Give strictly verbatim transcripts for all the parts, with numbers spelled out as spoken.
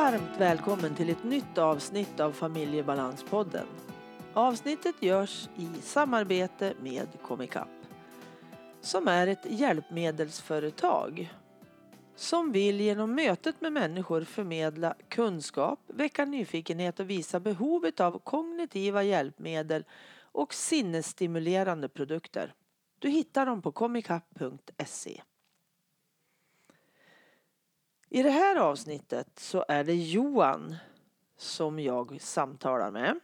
varmt välkommen till ett nytt avsnitt av Familjebalanspodden. Avsnittet görs i samarbete med Comicap, som är ett hjälpmedelsföretag som vill genom mötet med människor förmedla kunskap, väcka nyfikenhet och visa behovet av kognitiva hjälpmedel och sinnesstimulerande produkter. Du hittar dem på comicap punkt se. I det här avsnittet så är det Johan som jag samtalar med.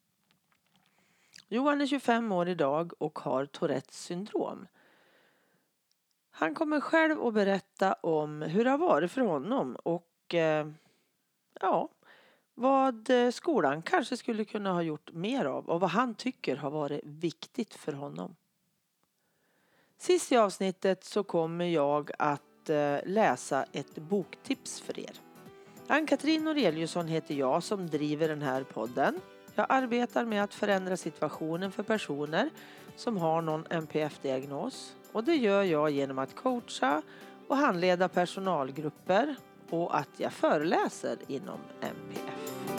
Johan är tjugofem år idag och har Tourettes syndrom. Han kommer själv att berätta om hur det har varit för honom och eh, ja, vad skolan kanske skulle kunna ha gjort mer av och vad han tycker har varit viktigt för honom. Sist i avsnittet så kommer jag att läsa ett boktips för er. Ann-Katrin Noreliusson heter jag som driver den här podden. Jag arbetar med att förändra situationen för personer som har någon N P F-diagnos. Och det gör jag genom att coacha och handleda personalgrupper och att jag föreläser inom N P F.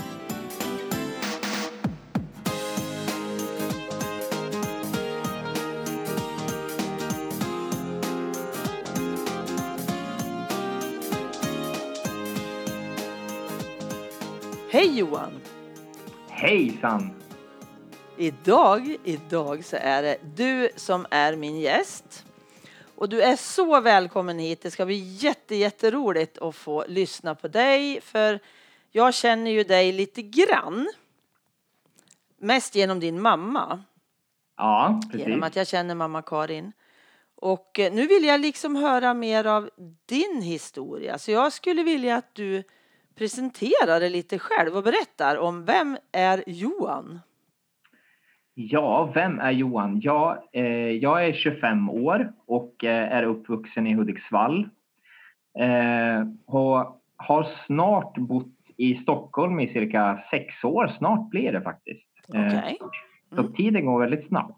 Hej Johan! Hejsan! Idag, idag så är det du som är min gäst. Och du är så välkommen hit. Det ska bli jätte, jätteroligt att få lyssna på dig. För jag känner ju dig lite grann. Mest genom din mamma. Ja, precis. Genom att jag känner mamma Karin. Och nu vill jag liksom höra mer av din historia. Så jag skulle vilja att du presenterar dig lite själv och berättar om vem är Johan? Ja, vem är Johan? Ja, eh, jag är tjugofem år och eh, är uppvuxen i Hudiksvall. Eh, och har snart bott i Stockholm i cirka sex år. Snart blir det faktiskt. Okej. Okay. Mm. Så tiden går väldigt snabbt.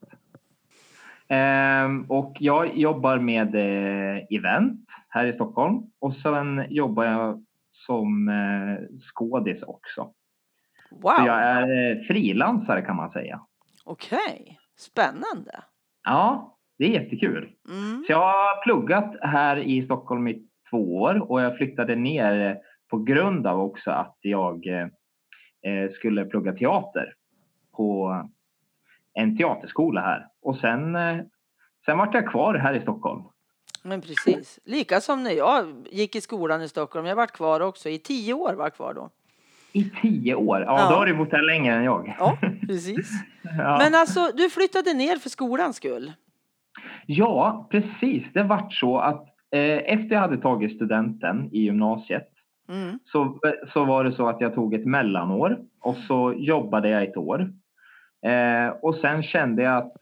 Eh, och jag jobbar med eh, event här i Stockholm. Och sen jobbar jag som eh, skådis också. Wow. Så jag är eh, frilansare kan man säga. Okej, okay. Spännande. Ja, det är jättekul. Mm. Så jag har pluggat här i Stockholm i två år och jag flyttade ner på grund av också att jag eh, skulle plugga teater på en teaterskola här. Och sen, eh, sen var jag kvar här i Stockholm. Men precis, lika som när jag gick i skolan i Stockholm. Jag var kvar också, i tio år var jag kvar då. I tio år? Ja, ja. Då har du bott här längre än jag. Ja, precis. Ja. Men alltså, du flyttade ner för skolans skull. Ja, precis. Det var så att eh, efter jag hade tagit studenten i gymnasiet mm. så, så var det så att jag tog ett mellanår och så jobbade jag ett år. Eh, och sen kände jag att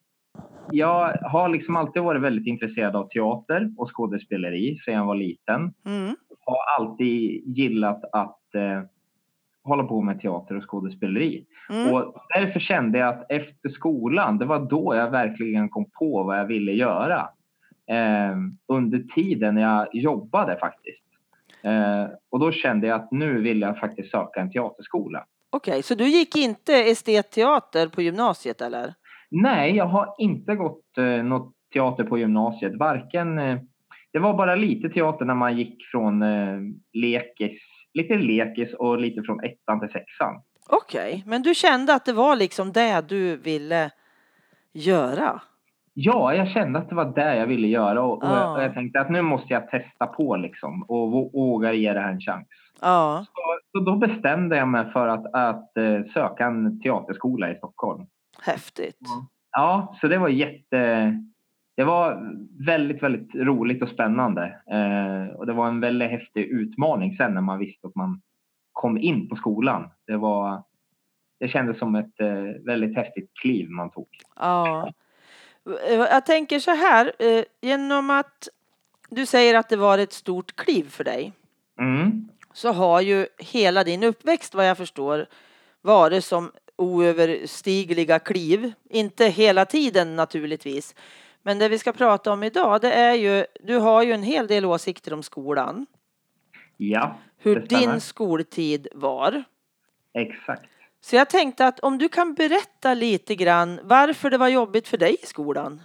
jag har liksom alltid varit väldigt intresserad av teater och skådespeleri sedan jag var liten. Mm. Har alltid gillat att eh, hålla på med teater och skådespeleri. Mm. Och därför kände jag att efter skolan, det var då jag verkligen kom på vad jag ville göra. Eh, under tiden jag jobbade faktiskt. Eh, och då kände jag att nu vill jag faktiskt söka en teaterskola. Okej, okay, så du gick inte estetteater på gymnasiet eller? Nej, jag har inte gått eh, något teater på gymnasiet. Varken, eh, det var bara lite teater när man gick från eh, lekis, lite lekis och lite från ettan till sexan. Okej, okay, men du kände att det var liksom det du ville göra? Ja, jag kände att det var det jag ville göra och, ah. och, jag, och jag tänkte att nu måste jag testa på liksom och våga ge det här en chans. Ah. Så, så då bestämde jag mig för att, att, att söka en teaterskola i Stockholm. Häftigt. Ja, så det var jätte... Det var väldigt, väldigt roligt och spännande. Eh, och det var en väldigt häftig utmaning sen när man visste att man kom in på skolan. Det var... Det kändes som ett eh, väldigt häftigt kliv man tog. Ja. Jag tänker så här. Eh, genom att du säger att det var ett stort kliv för dig. Mm. Så har ju hela din uppväxt, vad jag förstår, varit som oöverstigliga kliv. Inte hela tiden naturligtvis. Men det vi ska prata om idag, det är ju, du har ju en hel del åsikter om skolan. Ja, hur det stämmer. din skoltid var. Exakt. Så jag tänkte att om du kan berätta lite grann varför det var jobbigt för dig i skolan.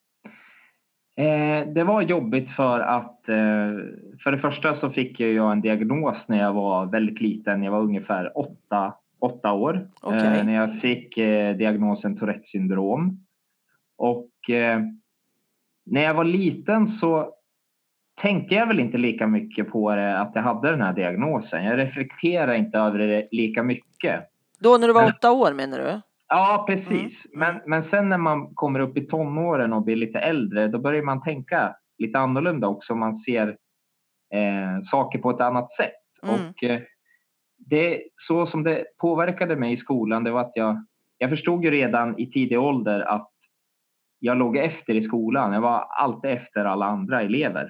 Eh, det var jobbigt för att eh, för det första så fick jag en diagnos när jag var väldigt liten. Jag var ungefär åtta, åtta år. Okay. Eh, när jag fick eh, diagnosen Tourettes syndrom. Och eh, när jag var liten så tänkte jag väl inte lika mycket på det, att jag hade den här diagnosen. Jag reflekterade inte över det lika mycket. Då när du var men, åtta år menar du? Ja, precis. Mm. Men, mm. men sen när man kommer upp i tonåren och blir lite äldre, då börjar man tänka lite annorlunda också. Man ser eh, saker på ett annat sätt. Mm. Och eh, det, så som det påverkade mig i skolan, det var att jag, jag förstod ju redan i tidig ålder att jag låg efter i skolan. Jag var alltid efter alla andra elever.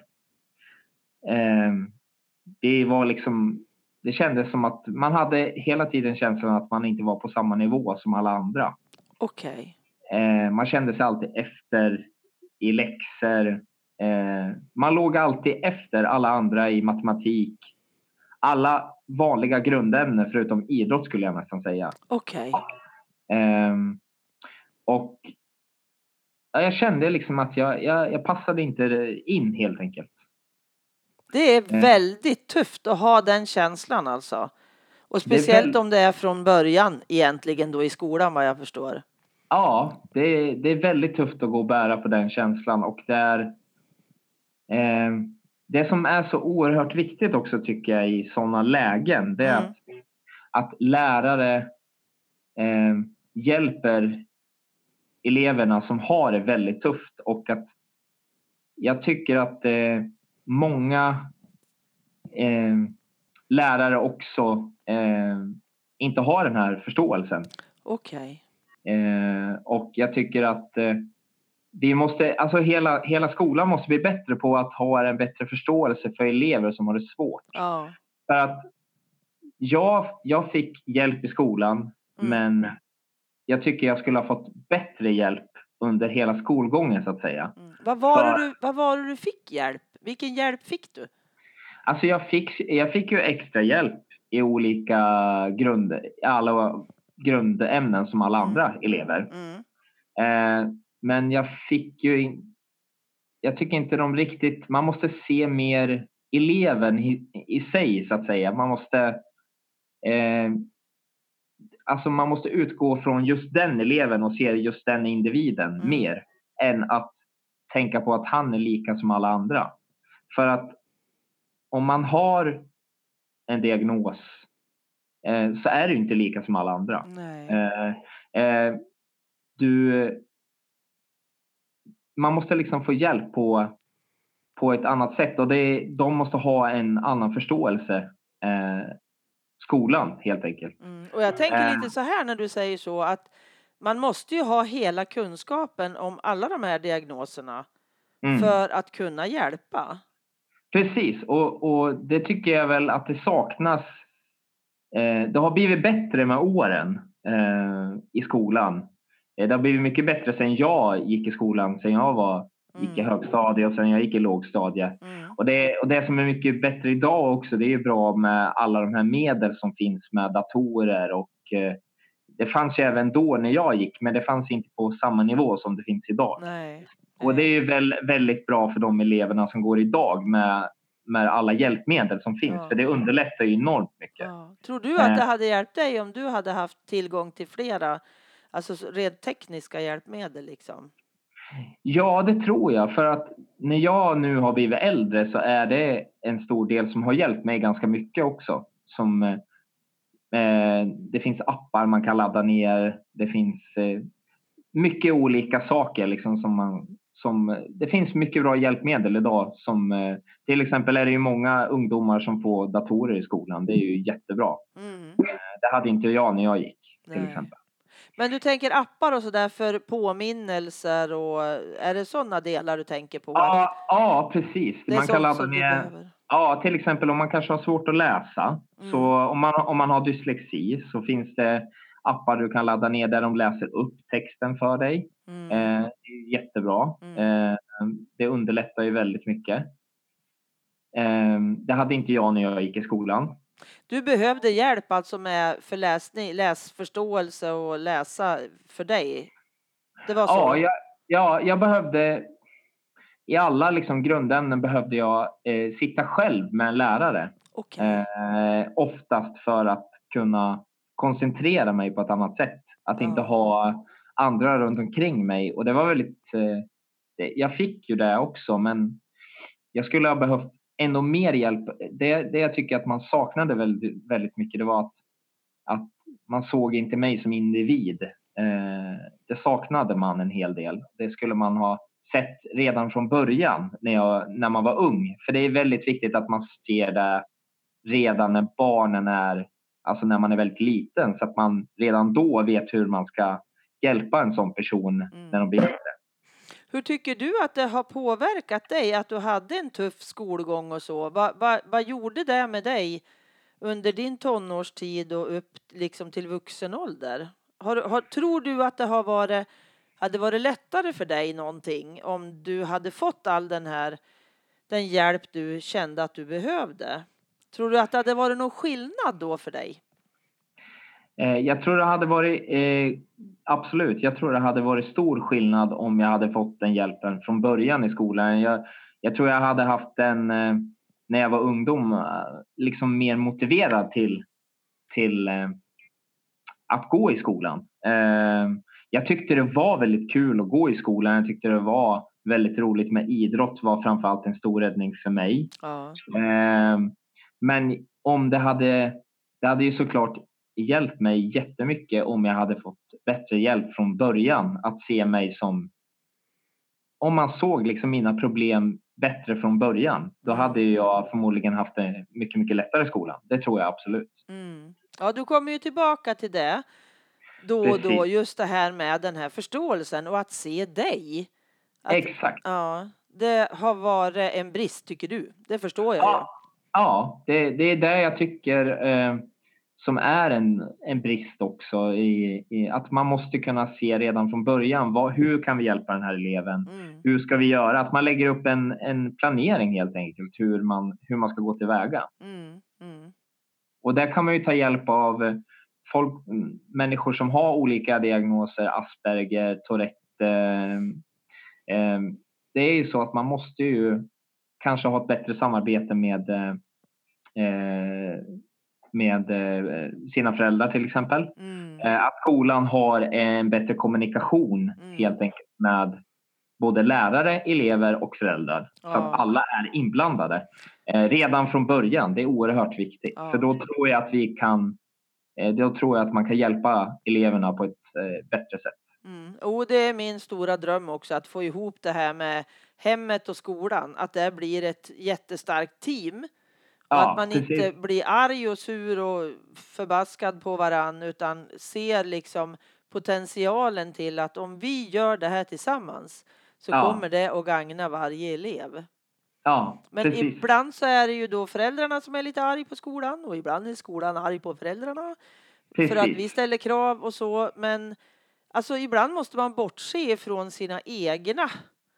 Eh, det var liksom, det kändes som att man hade hela tiden känslan att man inte var på samma nivå som alla andra. Okej. Okay. Eh, man kände sig alltid efter i läxor. Eh, man låg alltid efter alla andra i matematik. Alla vanliga grundämnen förutom idrott skulle jag nästan säga. Okej. Okay. Eh, och ja, jag kände liksom att jag, jag, jag passade inte in helt enkelt. Det är väldigt tufft att ha den känslan alltså. Och speciellt väl... om det är från början egentligen då i skolan vad jag förstår. Ja, det är, det är väldigt tufft att gå och bära på den känslan. Och det är, eh, det som är så oerhört viktigt också tycker jag i sådana lägen, det är mm. att, att lärare eh, hjälper eleverna som har det väldigt tufft. Och att jag tycker att eh, många eh, lärare också eh, inte har den här förståelsen. Okej. Okay. Eh, och jag tycker att eh, vi måste, alltså hela, hela skolan måste bli bättre på att ha en bättre förståelse för elever som har det svårt. Ja. För att jag, jag fick hjälp i skolan, mm. men jag tycker jag skulle ha fått bättre hjälp under hela skolgången så att säga. Mm. Vad var För, det du, vad var det du fick hjälp? Vilken hjälp fick du? Alltså jag fick, jag fick ju extra hjälp i olika grund, alla grundämnen som alla andra mm. elever. Mm. Eh, men jag fick ju, in, jag tycker inte de riktigt, man måste se mer eleven i, i sig så att säga. Man måste, eh, alltså man måste utgå från just den eleven och se just den individen mm. mer än att tänka på att han är lika som alla andra. För att om man har en diagnos eh, så är du inte lika som alla andra. Eh, eh, du, man måste liksom få hjälp på, på ett annat sätt. Och det, de måste ha en annan förståelse. Eh, skolan helt enkelt. Mm. Och jag tänker eh, lite så här när du säger så att man måste ju ha hela kunskapen om alla de här diagnoserna mm. för att kunna hjälpa. Precis, och, och det tycker jag väl att det saknas. Eh, det har blivit bättre med åren eh, i skolan. Eh, det har blivit mycket bättre sen jag gick i skolan, sen jag var, gick i mm. högstadiet och sen jag gick i lågstadiet. Mm. Och, det, och det som är mycket bättre idag också, det är ju bra med alla de här medel som finns med datorer. Och eh, det fanns ju även då när jag gick, men det fanns inte på samma nivå som det finns idag. Nej. Och det är ju väl, väldigt bra för de eleverna som går idag med, med alla hjälpmedel som finns. Ja. För det underlättar ju enormt mycket. Ja. Tror du att det hade hjälpt dig om du hade haft tillgång till flera, alltså rent tekniska hjälpmedel liksom? Ja, det tror jag. För att när jag nu har blivit äldre så är det en stor del som har hjälpt mig ganska mycket också. Som, eh, det finns appar man kan ladda ner. Det finns eh, mycket olika saker liksom som man... Som, det finns mycket bra hjälpmedel idag. Som, till exempel är det ju många ungdomar som får datorer i skolan. Det är ju jättebra. Mm. Det hade inte jag när jag gick till Nej. exempel. Men du tänker appar och sådär för påminnelser och är det sådana delar du tänker på? Ja, ja precis. Det är man kan ladda ner. Ja, till exempel om man kanske har svårt att läsa. Mm. Så om man, om man har dyslexi så finns det appar du kan ladda ner där de läser upp texten för dig. Mm. Eh, det är jättebra. Mm. Eh, det underlättar ju väldigt mycket. Eh, det hade inte jag när jag gick i skolan. Du behövde hjälp alltså med för läsning, läsförståelse och läsa för dig? Det var så? Ja, jag, ja, jag behövde... I alla liksom grundämnen behövde jag eh, sitta själv med en lärare. Okay. Eh, oftast för att kunna koncentrera mig på ett annat sätt. Att inte Ja. ha andra runt omkring mig. Och det var väldigt... Eh, jag fick ju det också, men jag skulle ha behövt ändå mer hjälp. Det, det jag tycker att man saknade väldigt, väldigt mycket, det var att, att man såg inte mig som individ. Eh, det saknade man en hel del. Det skulle man ha sett redan från början när, jag, när man var ung. För det är väldigt viktigt att man ser det redan när barnen är, alltså när man är väldigt liten. Så att man redan då vet hur man ska hjälpa en sån person mm. när de blir äldre. Hur tycker du att det har påverkat dig att du hade en tuff skolgång och så? Vad, vad, vad gjorde det med dig under din tonårstid och upp liksom till vuxen ålder? Har, har, tror du att det har varit, hade varit lättare för dig någonting om du hade fått all den här den hjälp du kände att du behövde? Tror du att det hade varit någon skillnad då för dig? Eh, jag tror det hade varit, eh, absolut, jag tror det hade varit stor skillnad om jag hade fått den hjälpen från början i skolan. Jag, jag tror jag hade haft den, eh, när jag var ungdom, liksom mer motiverad till, till eh, att gå i skolan. Eh, jag tyckte det var väldigt kul att gå i skolan. Jag tyckte det var väldigt roligt med idrott, var framförallt en stor räddning för mig. Ja. Eh, men om det hade, det hade ju såklart hjälpt mig jättemycket om jag hade fått bättre hjälp från början. Att se mig som, om man såg liksom mina problem bättre från början, då hade jag förmodligen haft det mycket, mycket lättare i skolan. Det tror jag absolut. Mm. Ja, du kommer ju tillbaka till det då och då, just det här med den här förståelsen och att se dig. Att, Exakt. Ja, det har varit en brist, tycker du. Det förstår jag ja, ju. Ja, det, det är det jag tycker eh, som är en, en brist också. I, i, att man måste kunna se redan från början, vad, hur kan vi hjälpa den här eleven? Mm. Hur ska vi göra? Att man lägger upp en, en planering helt enkelt, hur man, hur man ska gå tillväga. Mm. Mm. Och där kan man ju ta hjälp av folk, människor som har olika diagnoser, Asperger, Tourette. Eh, eh, det är ju så att man måste ju kanske ha ett bättre samarbete med, eh, med eh, sina föräldrar till exempel. Mm. Eh, att skolan har en bättre kommunikation mm. helt enkelt med både lärare, elever och föräldrar. Ja. Så att alla är inblandade. Eh, redan från början, det är oerhört viktigt. Ja. För då tror jag att vi kan, eh, då tror jag att man kan hjälpa eleverna på ett eh, bättre sätt. Mm. Och det är min stora dröm också, att få ihop det här med hemmet och skolan, att det blir ett jättestarkt team. Ja, att man precis. Inte blir arg och sur och förbaskad på varann, utan ser liksom potentialen till att om vi gör det här tillsammans så ja. Kommer det att gagna varje elev. Ja, men precis. Ibland så är det ju då föräldrarna som är lite arg på skolan och ibland är skolan arg på föräldrarna. Precis. För att vi ställer krav och så, men alltså ibland måste man bortse ifrån sina egna,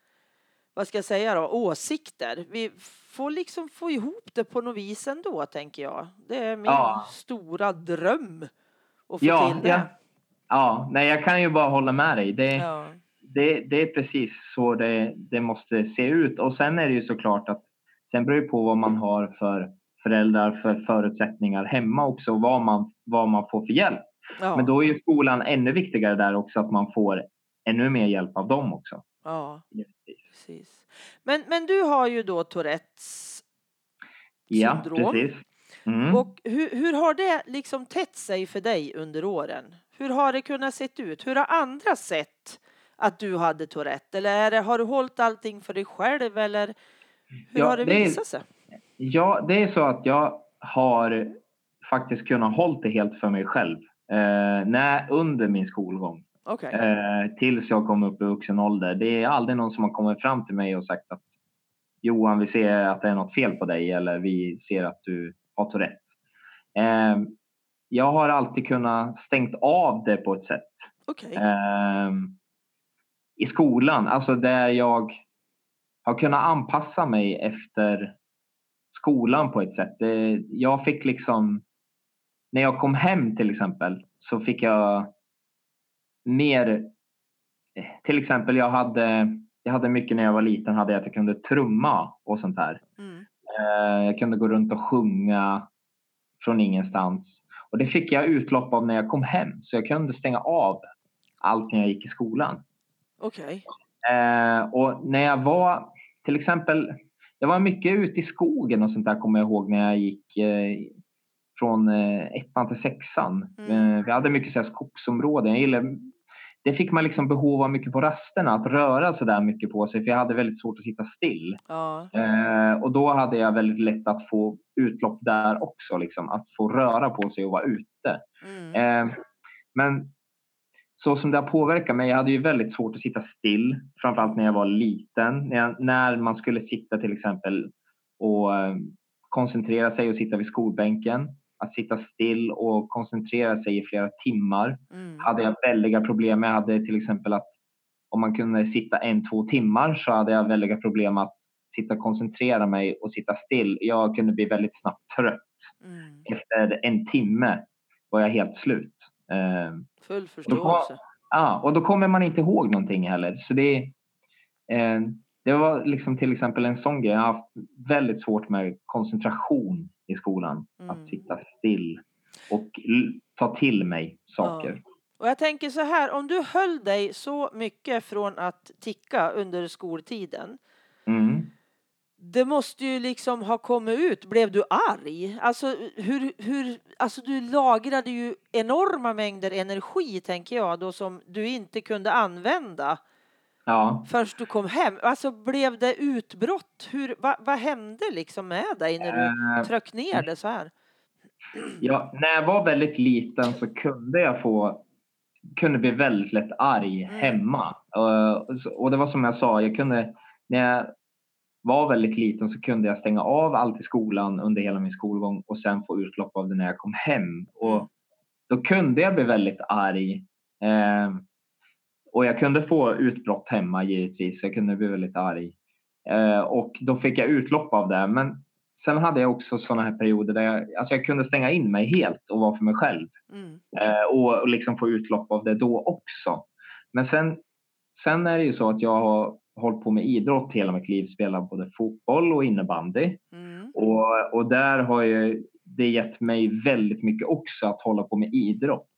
vad ska jag säga då, åsikter. Vi får liksom få ihop det på något vis ändå, tänker jag. Det är min ja. Stora dröm att få ja, till det. Ja, ja. Nej, jag kan ju bara hålla med dig. Det, ja. det, det är precis så det, det måste se ut. Och sen är det ju såklart att sen beror det på vad man har för föräldrar, för förutsättningar hemma också. Vad man, vad man får för hjälp. Ja. Men då är ju skolan ännu viktigare där också, att man får ännu mer hjälp av dem också. Ja, precis. Men, men du har ju då Tourettes syndrom. Ja, precis. Mm. Och hur, hur har det liksom tätt sig för dig under åren? Hur har det kunnat se ut? Hur har andra sett att du hade Tourette? Eller är det, har du hållit allting för dig själv? Eller hur ja, har det, det visat sig? Är, ja, det är så att jag har faktiskt kunnat hålla det helt för mig själv. Eh, när, under min skolgång. Okay. Eh, tills jag kom upp i vuxen ålder. Det är aldrig någon som har kommit fram till mig och sagt att Johan, vi ser att det är något fel på dig, eller vi ser att du har Tourette. Eh, jag har alltid kunnat stängt av det på ett sätt. Okay. Eh, I skolan, alltså där jag har kunnat anpassa mig efter skolan på ett sätt. Det, jag fick liksom, när jag kom hem till exempel, så fick jag mer, till exempel jag hade, jag hade mycket när jag var liten, hade jag att jag kunde trumma och sånt här. Mm. Jag kunde gå runt och sjunga från ingenstans. Och det fick jag utlopp av när jag kom hem. Så jag kunde stänga av allt när jag gick i skolan. Okej. Eh, och när jag var, till exempel, jag var mycket ute i skogen och sånt där, kommer jag ihåg när jag gick eh, från eh, ettan till sexan. Mm. Eh, vi hade mycket så här skogsområden. Jag gillade, det fick man liksom behov av mycket på rasterna, att röra så där mycket på sig. För jag hade väldigt svårt att sitta still. Ja. Eh, och då hade jag väldigt lätt att få utlopp där också. Liksom, att få röra på sig och vara ute. Mm. Eh, men så som det har påverkat mig, jag hade ju väldigt svårt att sitta still. Framförallt när jag var liten. När, jag, när man skulle sitta till exempel och eh, koncentrera sig och sitta vid skolbänken. Att sitta still och koncentrera sig i flera timmar. Mm. Hade jag väldiga problem. Jag hade till exempel att om man kunde sitta en, två timmar, så hade jag väldiga problem att sitta och koncentrera mig och sitta still. Jag kunde bli väldigt snabbt trött. Mm. Efter en timme var jag helt slut. Eh, Full förståelse. Ja, och då kommer man inte ihåg någonting heller. Så det, eh, det var liksom till exempel en sån grej. Jag har haft väldigt svårt med koncentration i skolan. Mm. Att sitta still och l- ta till mig saker. Ja. Och jag tänker så här, om du höll dig så mycket från att ticka under skoltiden. Mm. Det måste ju liksom ha kommit ut. Blev du arg? Alltså, hur, hur, alltså du lagrade ju enorma mängder energi, tänker jag, då, som du inte kunde använda Ja. först du kom hem. Alltså, blev det utbrott? Hur, vad, vad hände liksom med dig när du Eh, tryckte ner det så här? Ja, när jag var väldigt liten så kunde jag få kunde bli väldigt lätt arg Mm. hemma. Uh, och det var som jag sa, jag kunde, när jag var väldigt liten så kunde jag stänga av allt i skolan under hela min skolgång och sen få utlopp av det när jag kom hem. Och Mm. då kunde jag bli väldigt arg. Uh, och jag kunde få utbrott hemma givetvis. Jag kunde bli väldigt arg. Uh, och då fick jag utlopp av det. Men sen hade jag också sådana här perioder där jag, alltså jag kunde stänga in mig helt och vara för mig själv. Mm. Eh, och, och liksom få utlopp av det då också. Men sen, sen är det ju så att jag har hållit på med idrott hela mitt liv. Spelat både fotboll och innebandy. Mm. Och, och där har ju det gett mig väldigt mycket också att hålla på med idrott.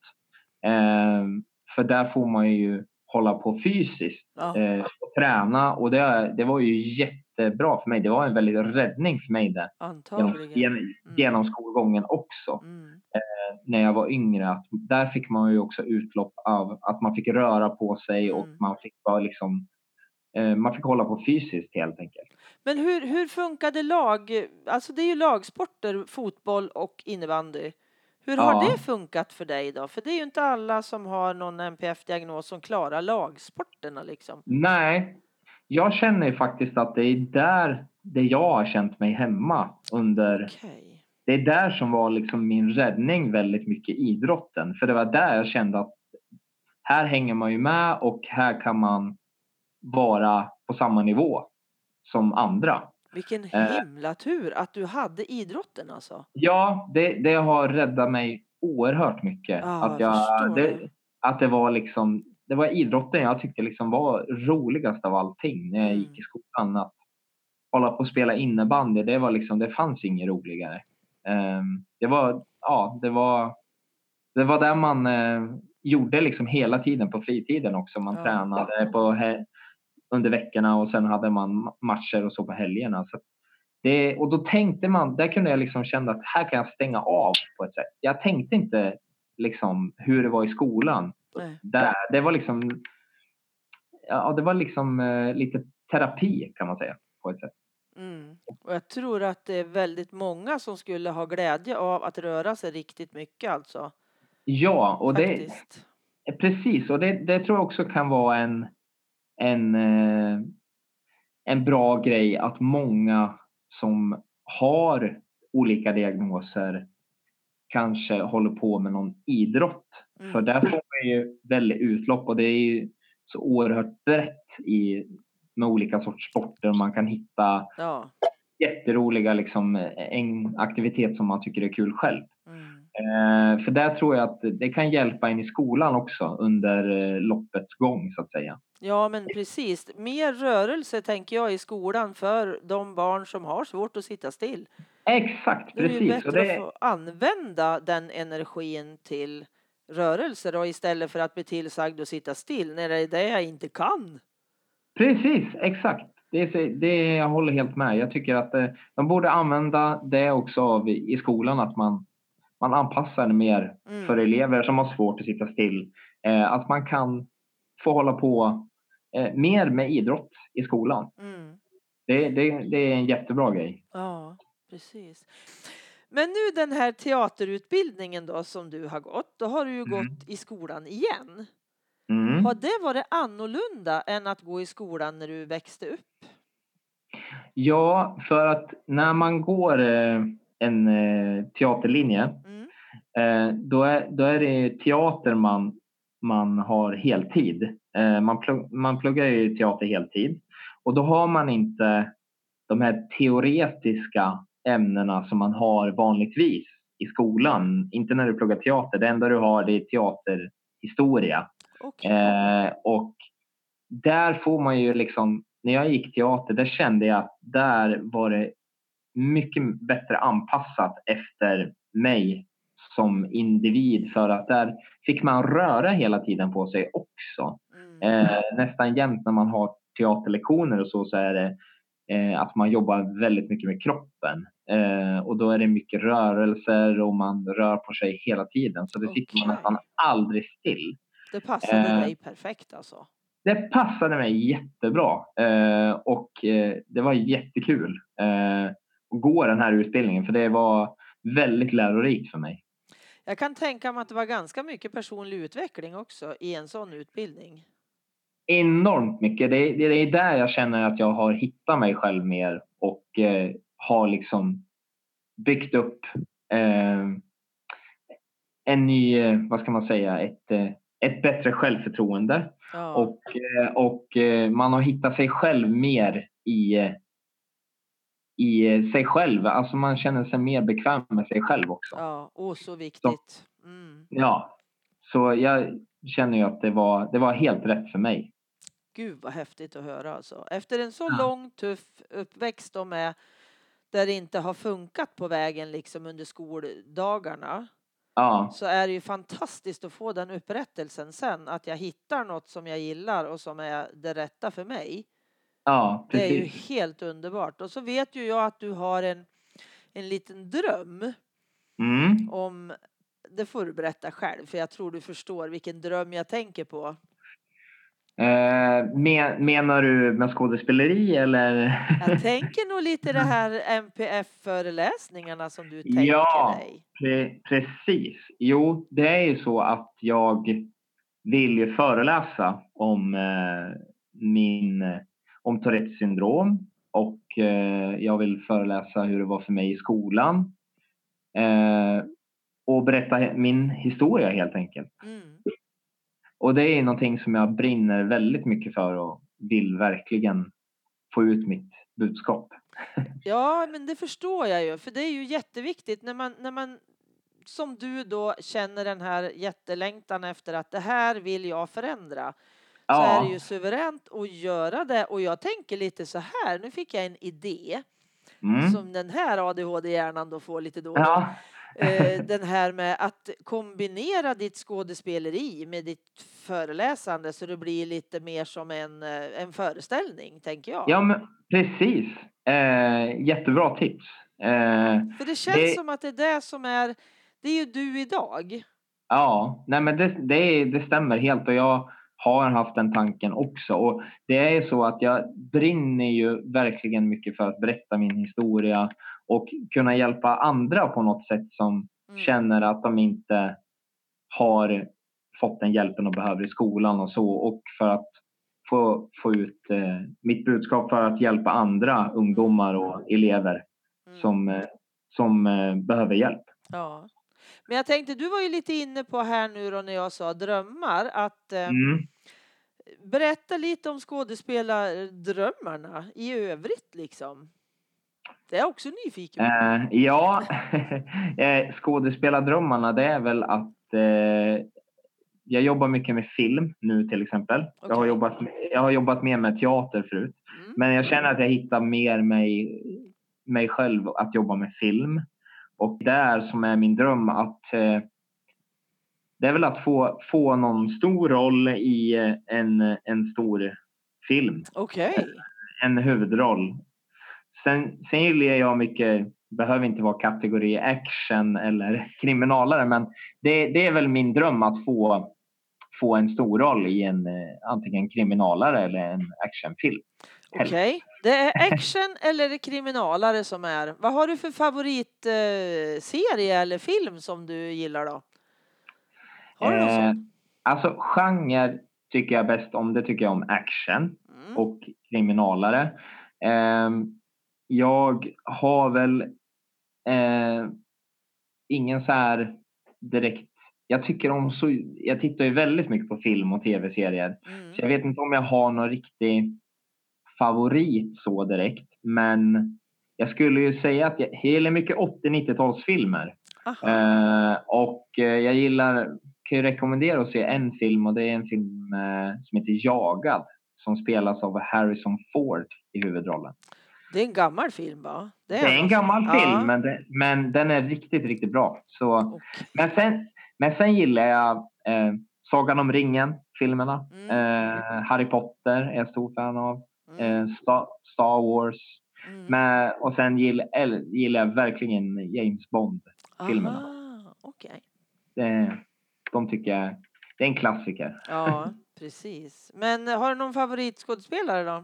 Eh, för där får man ju hålla på fysiskt. Ja. Eh, och träna. Och det, det var ju jättebra för mig. Det var en väldigt räddning för mig det. Antagligen. Genom, Mm. genom skolgången också. Mm. Eh, när jag var yngre. Att där fick man ju också utlopp av att man fick röra på sig. Och Mm. man fick bara liksom eh, man fick hålla på fysiskt helt enkelt. Men hur, hur funkade lag? Alltså det är ju lagsporter, fotboll och innebandy. Hur har Ja. det funkat för dig då? För det är ju inte alla som har någon N P F-diagnos som klarar lagsporterna liksom. Nej, jag känner ju faktiskt att det är där det jag har känt mig hemma under. Okay. Det är där som var liksom min räddning väldigt mycket i idrotten. För det var där jag kände att här hänger man ju med och här kan man vara på samma nivå som andra. Vilken himla tur att du hade idrotten alltså. Ja, det, det har räddat mig oerhört mycket. Ja, att, jag, jag det, det. att det var liksom, det var idrotten jag tyckte liksom var roligast av allting när jag Mm. gick i skolan. Att hålla på och spela innebandy, det var liksom, det fanns inget roligare. Um, det var, ja, det var, det var där man uh, gjorde liksom hela tiden på fritiden också. Man Ja. tränade på he- under veckorna och sen hade man matcher och så på helgerna. Så det, och då tänkte man, där kunde jag liksom känna att här kan jag stänga av på ett sätt. Jag tänkte inte liksom hur det var i skolan. Nej. Där, det var liksom, ja, det var liksom uh, lite terapi kan man säga på ett sätt. Mm. Och jag tror att det är väldigt många som skulle ha glädje av att röra sig riktigt mycket alltså. Ja, och Faktiskt. det precis, och det, det tror jag också kan vara en en eh, en bra grej att många som har olika diagnoser kanske håller på med någon idrott. Mm. För där får man ju väldigt utlopp och det är ju så oerhört brett i med olika sorts sporter man kan hitta. Ja. jätteroliga liksom, en aktivitet som man tycker är kul själv. Mm. Eh, för där tror jag att det kan hjälpa en i skolan också under eh, loppets gång så att säga. Ja, men precis. Mer rörelse tänker jag i skolan för de barn som har svårt att sitta still. Exakt, Då är det ju precis. Och bättre det, att få använda den energin till rörelser och istället för att bli tillsagd att sitta still när det är det jag inte kan. precis, exakt. Det, är- det jag håller helt med. Jag tycker att eh, de borde använda det också av, i skolan, att man, man anpassar det mer Mm. för elever som har svårt att sitta still. Eh, att man kan få hålla på eh, mer med idrott i skolan. Mm. Det, det, det är en jättebra grej. Ja, precis. Men nu den här teaterutbildningen då som du har gått, då har du ju Mm. gått i skolan igen. Mm. Har det varit annorlunda än att gå i skolan när du växte upp? Ja, för att när man går eh, en eh, teaterlinje, Mm. eh, då, är, då är det teater man, man har heltid. Eh, man, plugg, man pluggar ju teater heltid. Och då har man inte de här teoretiska ämnena som man har vanligtvis i skolan. Inte när du pluggar teater. Det enda du har det är teaterhistoria. Okay. Eh, och där får man ju liksom, när jag gick teater, där kände jag att där var det mycket bättre anpassat efter mig som individ, för att där fick man röra hela tiden på sig också. Mm. Eh, nästan jämt när man har teaterlektioner och så, så är det eh, att man jobbar väldigt mycket med kroppen. Eh, och då är det mycket rörelser och man rör på sig hela tiden. Så det sitter man Okej. nästan aldrig still. Det passade Eh, dig perfekt alltså. Det passade mig jättebra eh, och eh, det var jättekul eh, att gå den här utbildningen, för det var väldigt lärorikt för mig. Jag kan tänka mig att det var ganska mycket personlig utveckling också i en sån utbildning. Enormt mycket. Det, det är där jag känner att jag har hittat mig själv mer och eh, har liksom byggt upp eh, en ny, eh, vad ska man säga, ett, eh, ett bättre självförtroende. Ja. Och, eh, och eh, man har hittat sig själv mer i eh, i sig själv. Alltså man känner sig mer bekväm med sig själv också. Ja, och så viktigt. Mm. Ja, så jag känner ju att det var, det var helt rätt för mig. Gud vad häftigt att höra alltså. Efter en så Ja. lång tuff uppväxt då med där det inte har funkat på vägen liksom under skoldagarna. Ja, Så är det ju fantastiskt att få den upprättelsen sen. Att jag hittar något som jag gillar och som är det rätta för mig. ja, Det är ju precis. helt underbart. Och så vet ju jag att du har en, en liten dröm Mm. om, det får du berätta själv, för jag tror du förstår vilken dröm jag tänker på. Eh, men, menar du med skådespeleri eller? Jag tänker nog lite det här M P F-föreläsningarna som du tänker Ja, dig. pre- precis. Jo, det är ju så att jag vill ju föreläsa om eh, min om Tourettes syndrom, och eh, jag vill föreläsa hur det var för mig i skolan eh, och berätta min historia helt enkelt. Mm. Och det är någonting som jag brinner väldigt mycket för och vill verkligen få ut mitt budskap. Ja, men det förstår jag ju, för det är ju jätteviktigt när man, när man som du då känner den här jättelängtan efter att det här vill jag förändra. Så Ja. är det ju suveränt att göra det. Och jag tänker lite så här, nu fick jag en idé. Mm. Som den här A D H D-hjärnan då får lite då och då. Ja. Eh, den här med att kombinera ditt skådespeleri med ditt föreläsande så det blir lite mer som en, eh, en föreställning, tänker jag. Ja, men precis. Eh, jättebra tips. Eh, För det känns det, som att det är det som är, det är ju du idag. ja, nej men det, det, det stämmer helt, och jag har haft den tanken också. Och det är ju så att jag brinner ju verkligen mycket för att berätta min historia och kunna hjälpa andra på något sätt som Mm. känner att de inte har fått den hjälpen de behöver i skolan och så, och för att få, få ut eh, mitt budskap för att hjälpa andra ungdomar och elever Mm. som, eh, som eh, behöver hjälp. Ja. Men jag tänkte, du var ju lite inne på här nu då när jag sa drömmar, att eh, Mm. berätta lite om skådespelardrömmarna i övrigt liksom. Det är jag också nyfiken på. Eh, ja, eh, skådespelardrömmarna det är väl att eh, jag jobbar mycket med film nu till exempel. Okay. Jag, har jobbat, jag har jobbat mer med teater förut. Mm. Men jag känner att jag hittar mer mig, mig själv att jobba med film. Och det är som är min dröm att eh, det är väl att få, få någon stor roll i en, en stor film. Okej. Okay. En huvudroll. Sen, sen gillar jag mycket, behöver inte vara kategori action eller kriminalare, men det, det är väl min dröm att få, få en stor roll i en antingen kriminalare eller en actionfilm. Okej, okay. Det är action eller kriminalare som är. Vad har du för favoritserie eh, eller film som du gillar då? Har du någon eh, sån? Alltså genre tycker jag bäst om, det tycker jag om action mm. och kriminalare. Eh, jag har väl eh, ingen så här direkt, jag tycker om så, jag tittar ju väldigt mycket på film och tv-serier. Mm. Så jag vet inte om jag har någon riktig favorit så direkt. Men jag skulle ju säga att jag gillar mycket åttio-nittiotalsfilmer. Eh, och jag gillar, kan ju rekommendera att se en film, och det är en film eh, som heter Jagad. Som spelas av Harrison Ford i huvudrollen. Det är en gammal film va? Det är, det är en gammal ja. film, men, det, men den är riktigt, riktigt bra. Så, okay. men, sen, men sen gillar jag eh, Sagan om ringen, filmerna. Mm. Eh, Harry Potter är jag stor fan av. Mm. Eh, Star, Star Wars. Mm. Men, och sen gillar, gillar jag verkligen James Bond-filmerna. Okay. Det, de tycker jag, det är en klassiker. Ja, precis. Men har du någon favoritskådespelare då?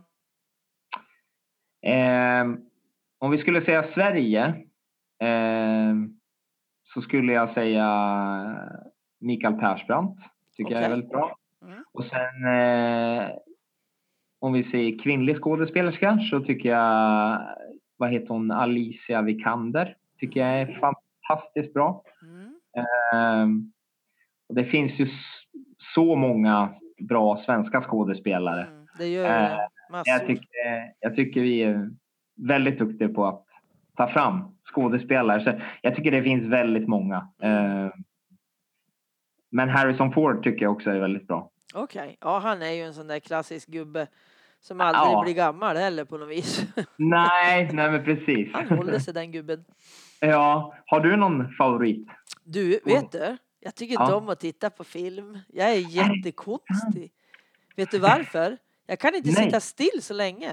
Eh, om vi skulle säga Sverige eh, så skulle jag säga Mikael Persbrandt. Tycker okay. jag är väldigt bra. Mm. Och sen eh, om vi säger kvinnlig skådespelerska så tycker jag, vad heter hon, Alicia Vikander. Tycker jag är fantastiskt bra. Mm. Eh, och det finns ju så många bra svenska skådespelare. Mm, det gör det. Massor. Jag tycker, jag tycker vi är väldigt duktiga på att ta fram skådespelare. Så jag tycker det finns väldigt många. Mm. Men Harrison Ford tycker jag också är väldigt bra. Okej, okay. Ja han är ju en sån där klassisk gubbe som aldrig ja. blir gammal heller på något vis. Nej, nej men precis. Han håller sig den gubben. Ja, har du någon favorit? Du, vet du? Jag tycker inte ja. om att titta på film. Jag är jättekonstig. Vet du varför? Jag kan inte Nej. sitta still så länge.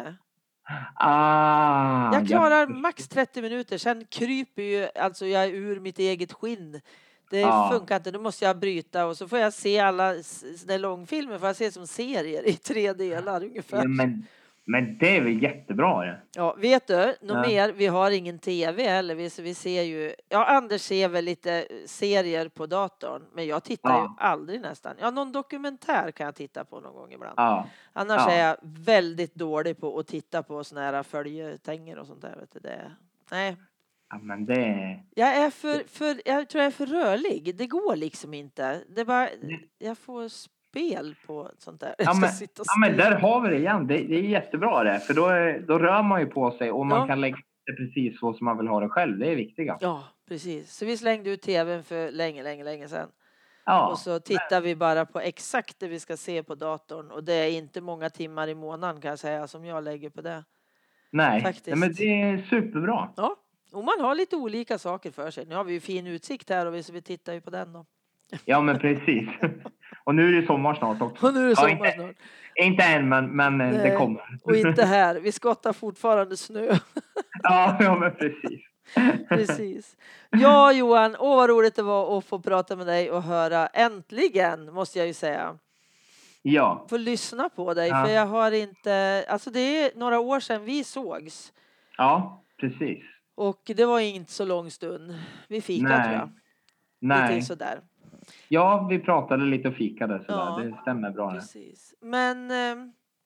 Ah, jag klarar jag... max trettio minuter. Sen kryper ju alltså jag ur mitt eget skinn. Det ah. funkar inte. Då måste jag bryta. Och så får jag se alla sådana långfilmer. Får jag se som serier i tre delar ungefär. Ja, men, men det är väl jättebra. Ja, ja vet du? Något ja. mer? Vi har ingen tv heller. Vi, vi ser ju... Ja, Anders ser väl lite serier på datorn. Men jag tittar ja. ju aldrig nästan. Ja, någon dokumentär kan jag titta på någon gång ibland. Ja. Annars ja. är jag väldigt dålig på att titta på såna här följetänger och sånt där. Vet du? Det, nej. Ja, men det... Jag är för, för... Jag tror jag är för rörlig. Det går liksom inte. Det är bara... Jag får... spel på sånt där. Ja men, ja, men där har vi det igen. Det, det är jättebra det. För då, är, då rör man ju på sig och man ja. kan lägga det precis så som man vill ha det själv. Det är viktiga. Ja, precis. Så vi slängde ut tvn för länge, länge, länge sedan. Ja. Och så tittar vi bara på exakt det vi ska se på datorn. Och det är inte många timmar i månaden kan jag säga som jag lägger på det. Nej, Nej men det är superbra. Ja, och man har lite olika saker för sig. Nu har vi ju fin utsikt här och vi, så vi tittar ju på den då. Ja men precis. Och nu är det sommar snart också. Och nu är det sommar ja, inte, snart. Inte än, men, men det kommer. Och inte här. Vi skottar fortfarande snö. ja, ja, men precis. Precis. Ja, Johan. Åh, vad roligt det var att få prata med dig och höra. Äntligen, måste jag ju säga. Ja. Få lyssna på dig. Ja. För jag har inte... Alltså, det är några år sedan vi sågs. Ja, precis. Och det var inte så lång stund. Vi fikade, tror jag. Nej. Lite sådär. Ja, vi pratade lite och fikade sådär. Ja, det stämmer bra. Precis. Men eh,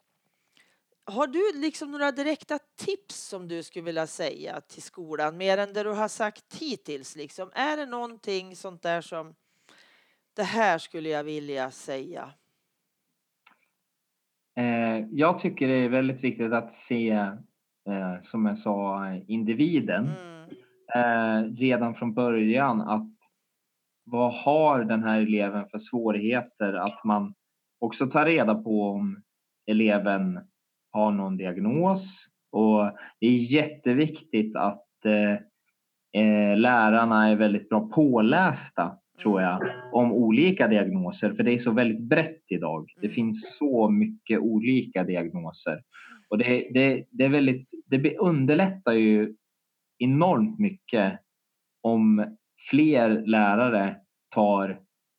har du liksom några direkta tips som du skulle vilja säga till skolan? Mer än det du har sagt hittills liksom. Är det någonting sånt där som det här skulle jag vilja säga? Eh, jag tycker det är väldigt viktigt att se eh, som jag sa, individen. Mm. Eh, redan från början, att vad har den här eleven för svårigheter? Att man också tar reda på om eleven har någon diagnos. Och det är jätteviktigt att eh, eh, lärarna är väldigt bra pålästa, tror jag, om olika diagnoser. För det är så väldigt brett idag. Det Mm. finns så mycket olika diagnoser. Och det, det, det, är väldigt, det underlättar ju enormt mycket om fler lärare tar,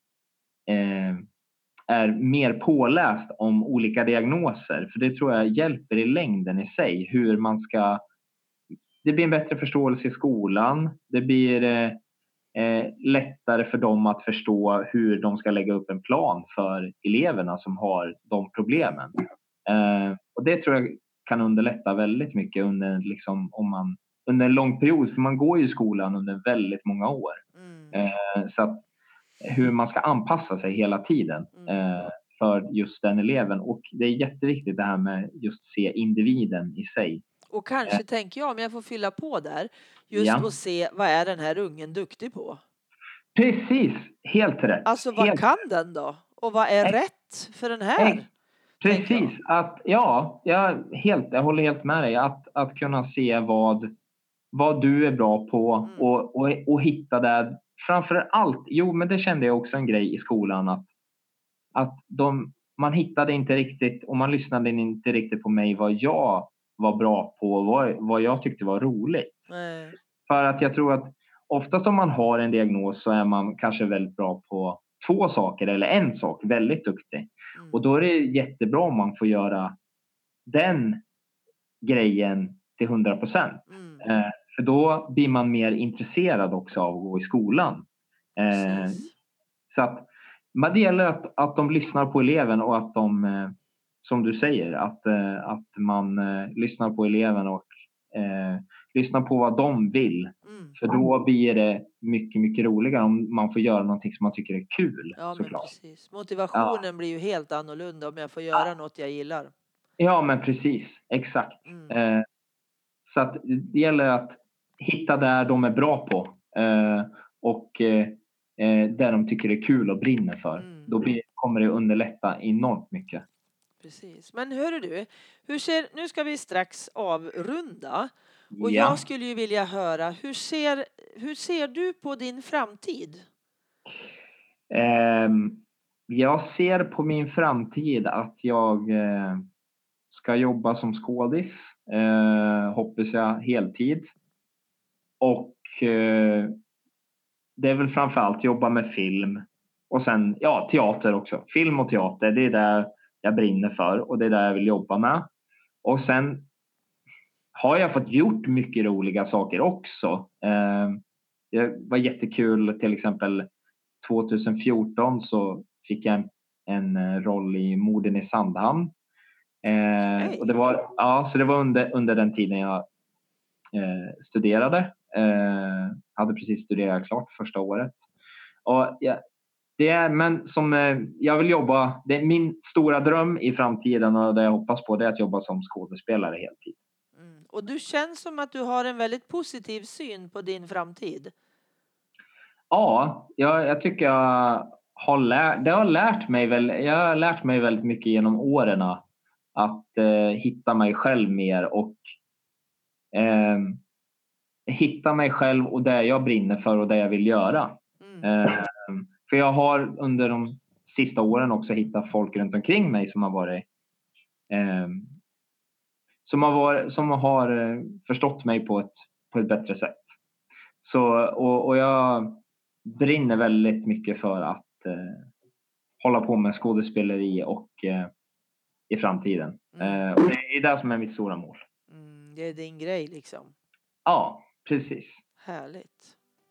eh, är mer påläst om olika diagnoser. För det tror jag hjälper i längden i sig. Hur man ska... Det blir en bättre förståelse i skolan. Det blir eh, eh, lättare för dem att förstå hur de ska lägga upp en plan för eleverna som har de problemen. Eh, och det tror jag kan underlätta väldigt mycket under, liksom, om man, under en lång period. För man går ju i skolan under väldigt många år. Mm. Eh, så att hur man ska anpassa sig hela tiden eh, för just den eleven. Och det är jätteviktigt det här med just se individen i sig. Och kanske eh. tänker jag, om jag får fylla på där, just ja. att se vad är den här ungen duktig på. Precis, helt rätt. Alltså vad helt kan den då? Och vad är Ex- rätt för den här? Ex- Precis, att ja, jag, helt, jag håller helt med dig. Att, att kunna se vad, vad du är bra på mm. och, och, och hitta det. Framför allt, jo men det kände jag också en grej i skolan. Att, att de, man hittade inte riktigt och man lyssnade inte riktigt på mig vad jag var bra på och vad, vad jag tyckte var roligt. Nej. För att jag tror att oftast om man har en diagnos så är man kanske väldigt bra på två saker eller en sak, väldigt duktig. Mm. Och då är det jättebra om man får göra den grejen till hundra procent. Mm. Eh, för då blir man mer intresserad också av att gå i skolan. Eh, så att men det gäller att, att de lyssnar på eleven och att de, eh, som du säger, att, eh, att man eh, lyssnar på eleven och eh, lyssnar på vad de vill. Mm. För då blir det mycket, mycket roligare om man får göra någonting som man tycker är kul. Ja, men precis. Motivationen ja. blir ju helt annorlunda om jag får göra ja. något jag gillar. Ja, men precis. Exakt. Mm. Eh, så att det gäller att hitta där de är bra på. Eh, och eh, där de tycker det är kul och brinner för. Mm. Då blir, kommer det underlätta enormt mycket. Precis. Men hör du, hur ser, nu ska vi strax avrunda. Och ja. jag skulle ju vilja höra, hur ser, hur ser du på din framtid? Eh, jag ser på min framtid att jag eh, ska jobba som skådis. Eh, hoppas jag heltid. Och eh, det är väl framförallt jobba med film. Och sen, ja, teater också. Film och teater, det är det jag brinner för. Och det är det jag vill jobba med. Och sen har jag fått gjort mycket roliga saker också. Eh, det var jättekul, till exempel tjugohundrafjorton så fick jag en, en roll i Morden i Sandhamn. Eh, och det var, ja, så det var under, under den tiden jag eh, studerade. Eh, hade precis studerat klart första året. Och ja, det är, men som eh, jag vill jobba, det är min stora dröm i framtiden och det jag hoppas på det är att jobba som skådespelare heltid. Mm. Och du känns som att du har en väldigt positiv syn på din framtid. Ja, jag, jag tycker jag har lärt, det har lärt mig väl, jag har lärt mig väldigt mycket genom åren att eh, hitta mig själv mer och eh, hitta mig själv och det jag brinner för och det jag vill göra. Mm. Eh, för jag har under de sista åren också hittat folk runt omkring mig som har varit eh, som har varit, som har förstått mig på ett, på ett bättre sätt. Så, och, och jag brinner väldigt mycket för att eh, hålla på med skådespeleri och eh, i framtiden. Mm. Eh, och det är det som är mitt stora mål. Mm, det är din grej liksom. Ja, precis. Härligt.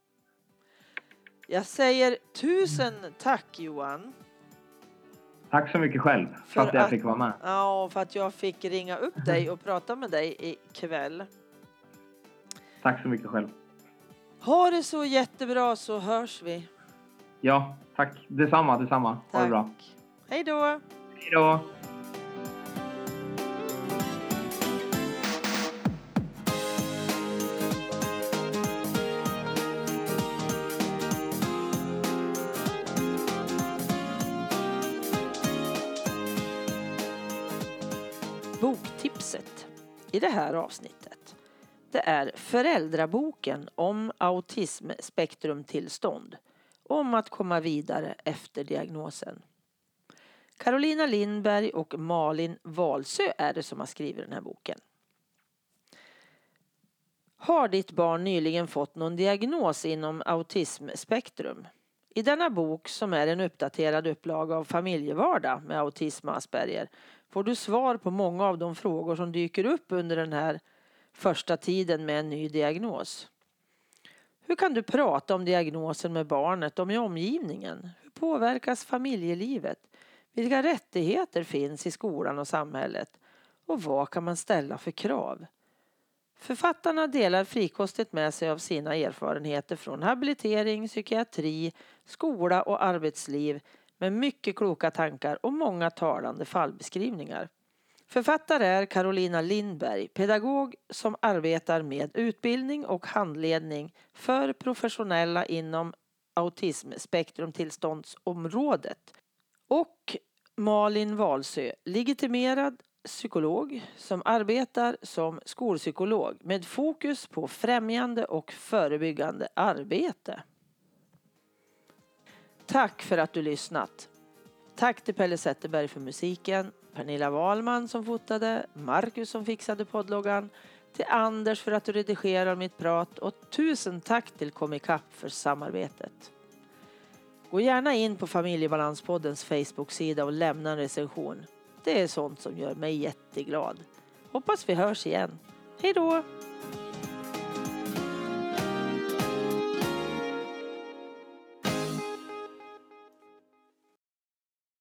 Jag säger tusen tack Johan. Tack så mycket själv för, för att jag att, fick vara med. Ja, för att jag fick ringa upp dig och prata med dig ikväll. Tack så mycket själv. Ha det så jättebra så hörs vi. Ja, tack. Detsamma, detsamma. Tack. Ha det bra. Hej då. Hej då. boktipset i det här avsnittet. Det är Föräldraboken om autismspektrumtillstånd. Om att komma vidare efter diagnosen. Carolina Lindberg och Malin Wahlsö är det som har skrivit den här boken. Har ditt barn nyligen fått någon diagnos inom autismspektrum? I denna bok, som är en uppdaterad upplaga av Familjevardag med autism och Asperger, får du svar på många av de frågor som dyker upp under den här första tiden med en ny diagnos. Hur kan du prata om diagnosen med barnet och med omgivningen? Hur påverkas familjelivet? Vilka rättigheter finns i skolan och samhället? Och vad kan man ställa för krav? Författarna delar frikostigt med sig av sina erfarenheter från habilitering, psykiatri, skola och arbetsliv med mycket kloka tankar och många talande fallbeskrivningar. Författare är Carolina Lindberg, pedagog som arbetar med utbildning och handledning för professionella inom autismspektrumtillståndsområdet. Och Malin Wahlsö, legitimerad psykolog som arbetar som skolpsykolog med fokus på främjande och förebyggande arbete. Tack för att du lyssnat. Tack till Pelle Zetterberg för musiken, Pernilla Wahlman som fotade, Marcus som fixade poddloggan, till Anders för att du redigerar mitt prat och tusen tack till Comicap för samarbetet. Gå gärna in på Familjebalanspoddens Facebook-sida och lämna en recension. Det är sånt som gör mig jätteglad. Hoppas vi hörs igen. Hej då!